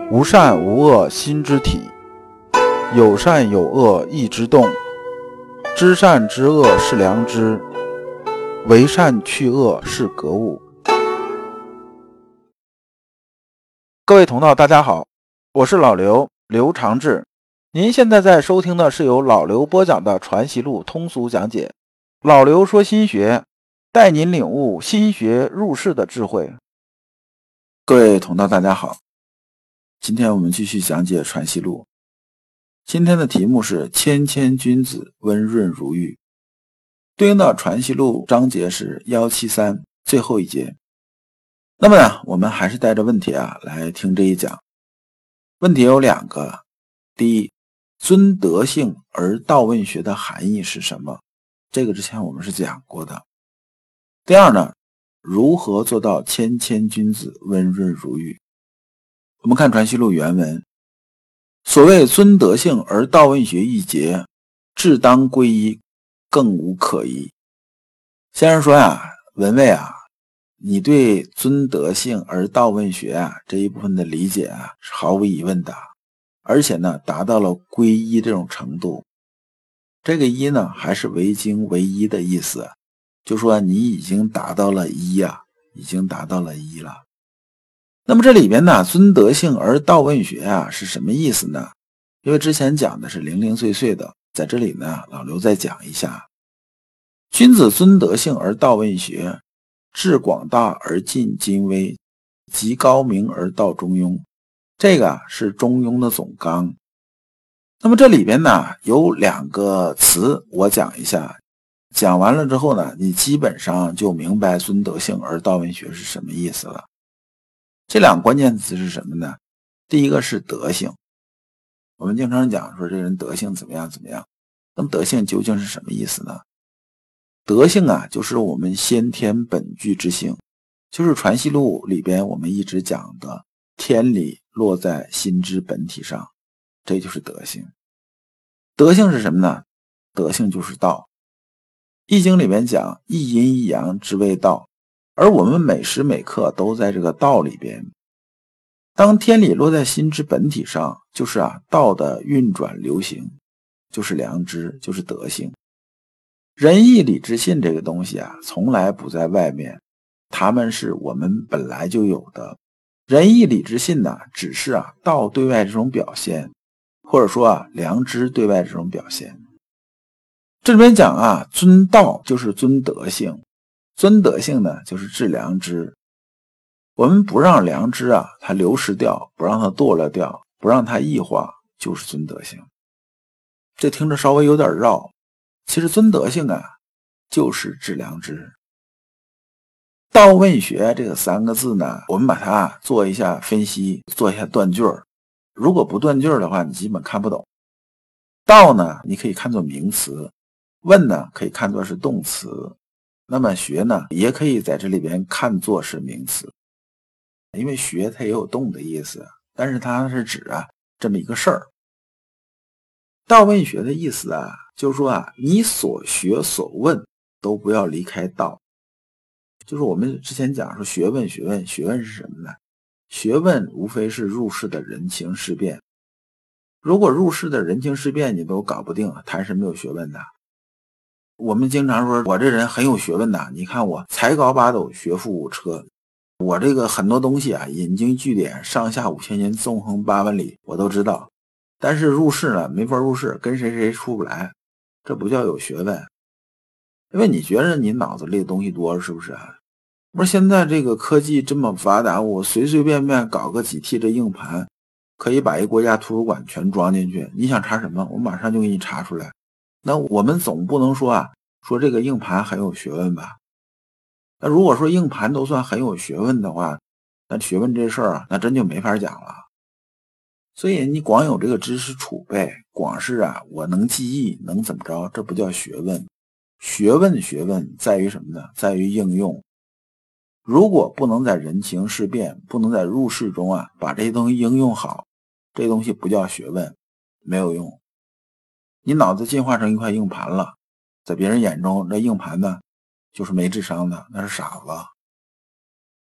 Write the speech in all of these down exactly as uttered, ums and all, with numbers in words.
无善无恶心之体，有善有恶意之动。知善知恶是良知，为善去恶是格物。各位同道大家好，我是老刘，刘长志。您现在在收听的是由老刘播讲的《传习录》通俗讲解。老刘说心学，带您领悟心学入世的智慧。各位同道大家好，今天我们继续讲解《传习录》。今天的题目是谦谦君子，温润如玉，对应的《传习录》章节是一七三最后一节。那么呢，我们还是带着问题啊来听这一讲。问题有两个，第一，尊德性而道问学的含义是什么？这个之前我们是讲过的。第二呢，如何做到谦谦君子，温润如玉？我们看《传习录》原文，所谓尊德性而道问学一节，至当归一，更无可疑。先生说呀，文蔚啊，你对尊德性而道问学啊这一部分的理解啊是毫无疑问的，而且呢达到了归一这种程度。这个一呢还是唯精唯一的意思，就说你已经达到了一啊，已经达到了一了。那么这里边呢，尊德性而道问学啊是什么意思呢？因为之前讲的是零零碎碎的，在这里呢老刘再讲一下。君子尊德性而道问学，至广大而尽精微，极高明而道中庸。这个是中庸的总纲。那么这里边呢有两个词我讲一下，讲完了之后呢，你基本上就明白尊德性而道问学是什么意思了。这两个关键词是什么呢？第一个是德性。我们经常讲说这人德性怎么样怎么样，那么德性究竟是什么意思呢？德性啊，就是我们先天本具之性，就是《传习录》里边我们一直讲的天理落在心之本体上，这就是德性。德性是什么呢？德性就是道。易经里面讲一阴一阳之谓道，而我们每时每刻都在这个道里边。当天理落在心之本体上，就是啊道的运转流行，就是良知，就是德性。仁义礼智信这个东西啊，从来不在外面，它们是我们本来就有的。仁义礼智信呢，只是啊道对外这种表现，或者说啊良知对外这种表现。这里面讲啊，尊道就是尊德性，尊德性呢就是治良知。我们不让良知啊它流失掉，不让它堕落掉，不让它异化，就是尊德性。这听着稍微有点绕，其实尊德性啊就是治良知。道问学这个三个字呢，我们把它做一下分析，做一下断句儿。如果不断句儿的话，你基本看不懂。道呢你可以看作名词，问呢可以看作是动词，那么学呢也可以在这里边看作是名词。因为学它也有动的意思，但是它是指啊这么一个事儿。道问学的意思啊，就是说啊，你所学所问都不要离开道。就是我们之前讲说学问学问学问是什么呢？学问无非是入世的人情世变。如果入世的人情世变你都搞不定，谈什么有学问的？我们经常说我这人很有学问的，你看我才高八斗，学富五车，我这个很多东西啊，引经据典，上下五千年，纵横八万里，我都知道。但是入世呢，没法入世，跟谁谁出不来，这不叫有学问。因为你觉得你脑子里的东西多，是不是？不是现在这个科技这么发达，我随随便便搞个几 T 的硬盘，可以把一国家图书馆全装进去。你想查什么，我马上就给你查出来。那我们总不能说啊，说这个硬盘很有学问吧？那如果说硬盘都算很有学问的话，那学问这事儿啊，那真就没法讲了。所以你光有这个知识储备，光是啊我能记忆能怎么着，这不叫学问。学问学问在于什么呢？在于应用。如果不能在人情世变，不能在入世中啊把这些东西应用好，这东西不叫学问，没有用。你脑子进化成一块硬盘了，在别人眼中这硬盘呢就是没智商的，那是傻子。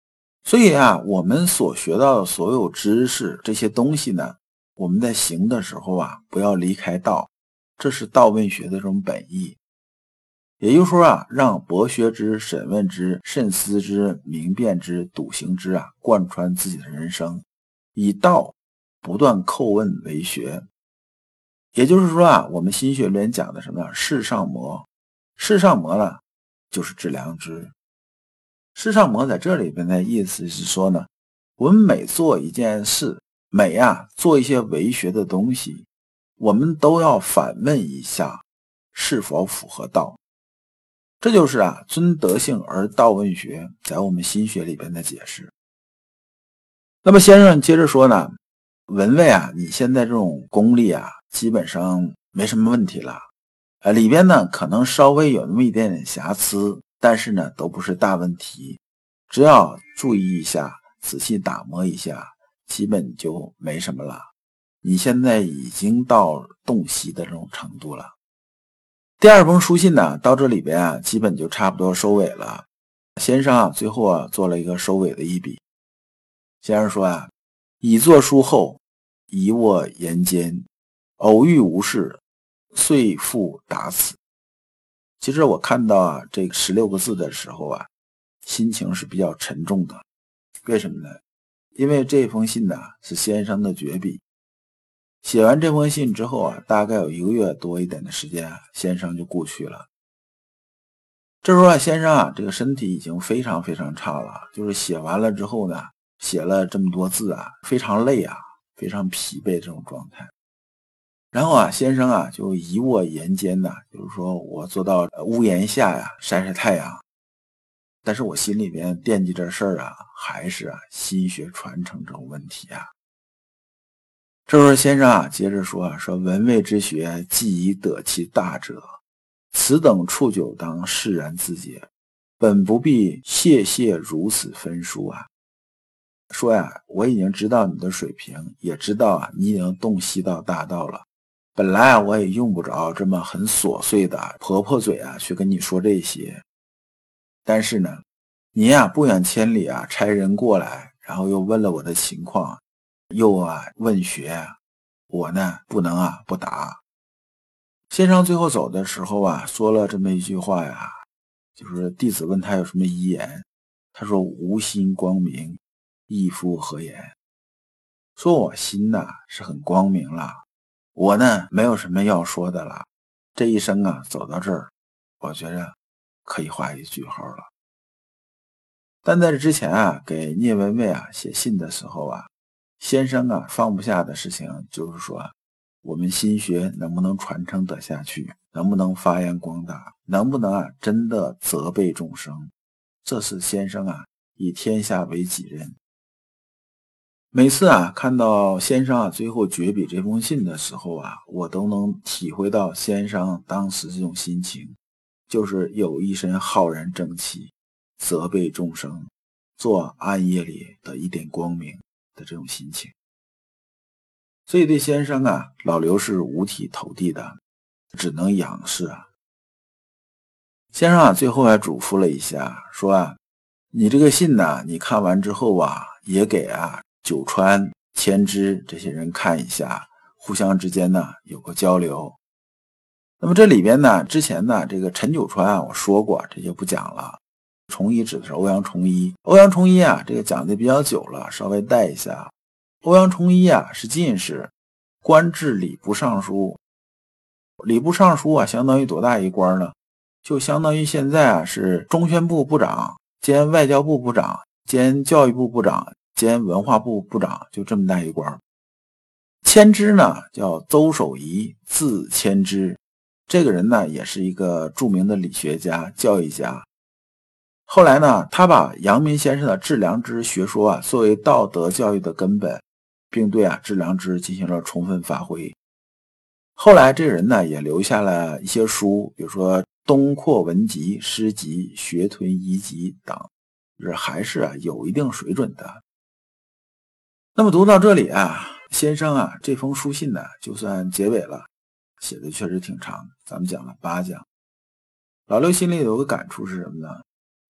所以啊，我们所学到的所有知识这些东西呢，我们在行的时候啊，不要离开道，这是道问学的这种本意。也就是说啊，让博学之、审问之、慎思之、明辨之、笃行之啊，贯穿自己的人生，以道不断叩问为学。也就是说啊，我们心学里面讲的什么世上魔，世上魔呢，就是致良知。世上魔在这里边的意思是说呢，我们每做一件事，每啊做一些为学的东西，我们都要反问一下是否符合道。这就是啊尊德性而道问学在我们心学里边的解释。那么先生接着说呢，文蔚啊，你现在这种功力啊，基本上没什么问题了。呃，里边呢可能稍微有那么一点点瑕疵，但是呢都不是大问题，只要注意一下，仔细打磨一下，基本就没什么了。你现在已经到洞悉的这种程度了。第二封书信呢，到这里边啊，基本就差不多收尾了。先生啊，最后啊做了一个收尾的一笔。先生说啊，已作书后，一卧言间，偶遇无事，遂复达此。其实我看到啊这十六个字的时候啊，心情是比较沉重的。为什么呢？因为这封信呢是先生的绝笔。写完这封信之后啊，大概有一个月多一点的时间啊，先生就故去了。这时候啊，先生啊，这个身体已经非常非常差了，就是写完了之后呢，写了这么多字啊，非常累啊，非常疲惫这种状态。然后啊，先生啊就一卧檐间呢，就是说我坐到屋檐下呀，晒晒太阳。但是我心里面惦记这事儿啊，还是啊心学传承这种问题啊。这时候先生啊接着说啊，说文蔚之学既已得其大者，此等处久当释然自解，本不必谢谢如此分书啊。说呀，我已经知道你的水平，也知道啊你已经洞悉到大道了。本来啊我也用不着这么很琐碎的婆婆嘴啊去跟你说这些，但是呢，你呀不远千里啊差人过来，然后又问了我的情况，又啊问学，我呢不能啊不答。先生最后走的时候啊说了这么一句话呀，就是弟子问他有什么遗言，他说无心光明，亦复何言。说我心呐是很光明了，我呢没有什么要说的了，这一生啊走到这儿，我觉着可以画一句号了。但在这之前啊给聂文蔚啊写信的时候啊，先生啊放不下的事情就是说啊，我们心学能不能传承得下去，能不能发扬光大，能不能啊真的责备众生，这是先生啊以天下为己任。每次啊看到先生啊最后绝笔这封信的时候啊，我都能体会到先生当时这种心情，就是有一身浩然正气，责备众生，做暗夜里的一点光明的这种心情。所以对先生啊，老刘是五体投地的，只能仰视啊。先生啊最后还嘱咐了一下，说啊，你这个信呢，你看完之后啊，也给啊九川、千枝这些人看一下，互相之间呢有个交流。那么这里边呢，之前呢这个陈九川啊，我说过，这就不讲了。崇一指的是欧阳崇一，欧阳崇一啊，这个讲的比较久了，稍微带一下。欧阳崇一啊是进士，官至礼部尚书。礼部尚书啊，相当于多大一官呢？就相当于现在啊是中宣部部长兼外交部部长兼教育部部长兼文化部部长，就这么大一官。千枝呢叫邹守仪，字千枝，这个人呢也是一个著名的理学家、教育家。后来呢，他把阳明先生的致良知学说啊作为道德教育的根本，并对啊致良知进行了充分发挥。后来这个人呢也留下了一些书，比如说《东扩文集》《诗集》《学屯遗集》等，就是还是啊有一定水准的。那么读到这里啊，先生啊这封书信呢就算结尾了，写的确实挺长，咱们讲了八讲。老刘心里有个感触是什么呢？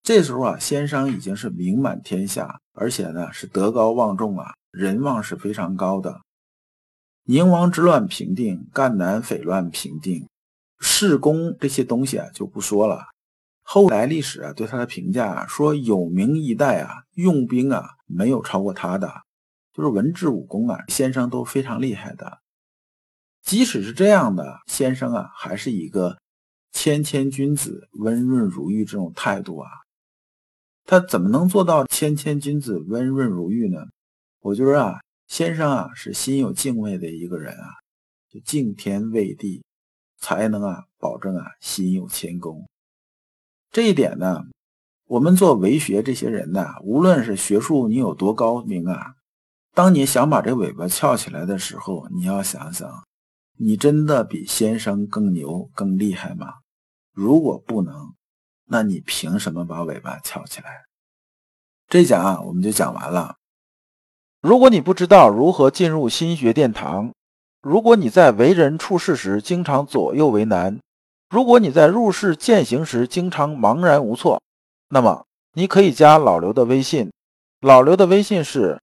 这时候啊，先生已经是名满天下，而且呢是德高望重啊，人望是非常高的。宁王之乱平定，赣南匪乱平定，事功这些东西啊就不说了。后来历史啊对他的评价啊说，有名一代啊，用兵啊没有超过他的，就是文治武功啊，先生都非常厉害的。即使是这样的，先生啊还是一个谦谦君子，温润如玉这种态度啊。他怎么能做到谦谦君子，温润如玉呢？我觉得啊，先生啊是心有敬畏的一个人啊，就敬天畏地，才能啊保证啊心有谦恭。这一点呢，我们做为学这些人呢，无论是学术你有多高明啊，当你想把这尾巴翘起来的时候，你要想想，你真的比先生更牛更厉害吗？如果不能，那你凭什么把尾巴翘起来？这一讲啊，我们就讲完了。如果你不知道如何进入心学殿堂，如果你在为人处事时经常左右为难，如果你在入世践行时经常茫然无措，那么你可以加老刘的微信，老刘的微信是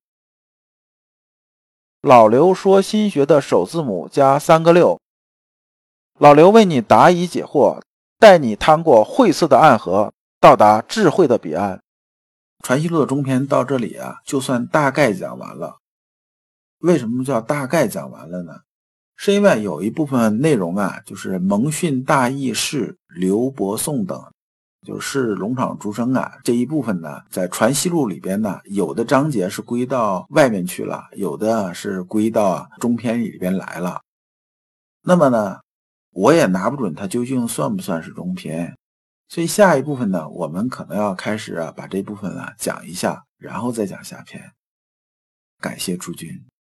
老刘说心学的首字母加三个六，老刘为你答疑解惑，带你趟过晦涩的暗河，到达智慧的彼岸。传习录的中篇到这里啊，就算大概讲完了。为什么叫大概讲完了呢？是因为有一部分内容啊，就是蒙训大义士刘伯颂等，就是龙场诸生啊这一部分呢，在传习录里边呢，有的章节是归到外面去了，有的是归到中篇里边来了。那么呢，我也拿不准它究竟算不算是中篇。所以下一部分呢，我们可能要开始啊，把这部分啊讲一下，然后再讲下篇。感谢诸君。